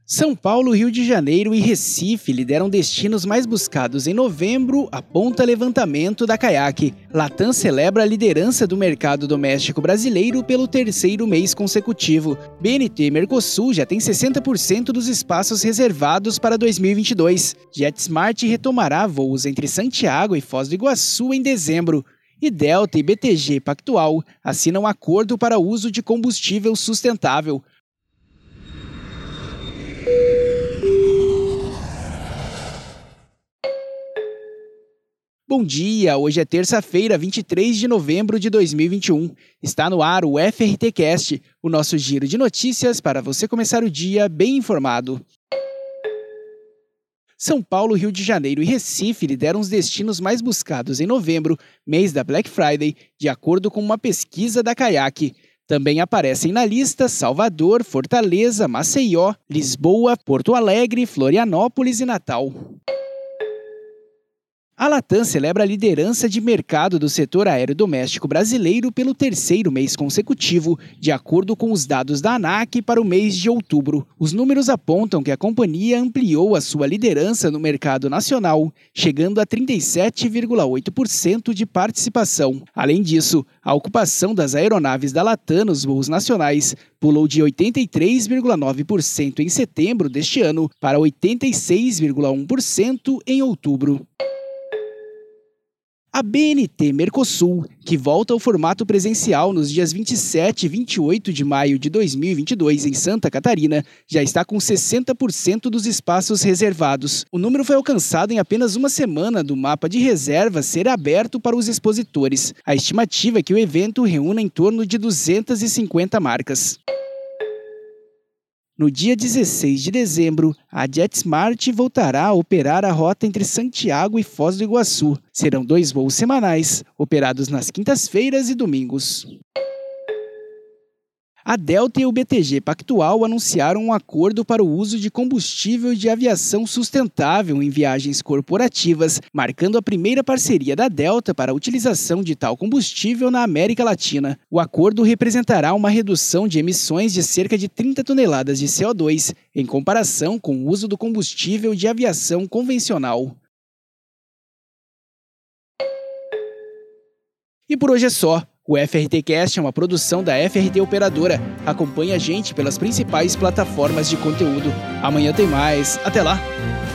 São Paulo, Rio de Janeiro e Recife lideram destinos mais buscados em novembro, aponta levantamento da Kayak. Latam celebra a liderança do mercado doméstico brasileiro pelo terceiro mês consecutivo. BNT Mercosul já tem 60% dos espaços reservados para 2022. JetSmart retomará voos entre Santiago e Foz do Iguaçu em dezembro. E Delta e BTG Pactual assinam acordo para uso de combustível sustentável. Bom dia, hoje é terça-feira, 23 de novembro de 2021. Está no ar o FRTcast, o nosso giro de notícias para você começar o dia bem informado. São Paulo, Rio de Janeiro e Recife lideram os destinos mais buscados em novembro, mês da Black Friday, de acordo com uma pesquisa da Kayak. Também aparecem na lista Salvador, Fortaleza, Maceió, Lisboa, Porto Alegre, Florianópolis e Natal. A Latam celebra a liderança de mercado do setor aéreo doméstico brasileiro pelo terceiro mês consecutivo, de acordo com os dados da ANAC para o mês de outubro. Os números apontam que a companhia ampliou a sua liderança no mercado nacional, chegando a 37,8% de participação. Além disso, a ocupação das aeronaves da Latam nos voos nacionais pulou de 83,9% em setembro deste ano para 86,1% em outubro. A BNT Mercosul, que volta ao formato presencial nos dias 27 e 28 de maio de 2022 em Santa Catarina, já está com 60% dos espaços reservados. O número foi alcançado em apenas uma semana do mapa de reservas ser aberto para os expositores. A estimativa é que o evento reúna em torno de 250 marcas. No dia 16 de dezembro, a JetSmart voltará a operar a rota entre Santiago e Foz do Iguaçu. Serão 2 voos semanais, operados nas quintas-feiras e domingos. A Delta e o BTG Pactual anunciaram um acordo para o uso de combustível de aviação sustentável em viagens corporativas, marcando a primeira parceria da Delta para a utilização de tal combustível na América Latina. O acordo representará uma redução de emissões de cerca de 30 toneladas de CO2, em comparação com o uso do combustível de aviação convencional. E por hoje é só. O FRTcast é uma produção da FRT Operadora. Acompanhe a gente pelas principais plataformas de conteúdo. Amanhã tem mais. Até lá!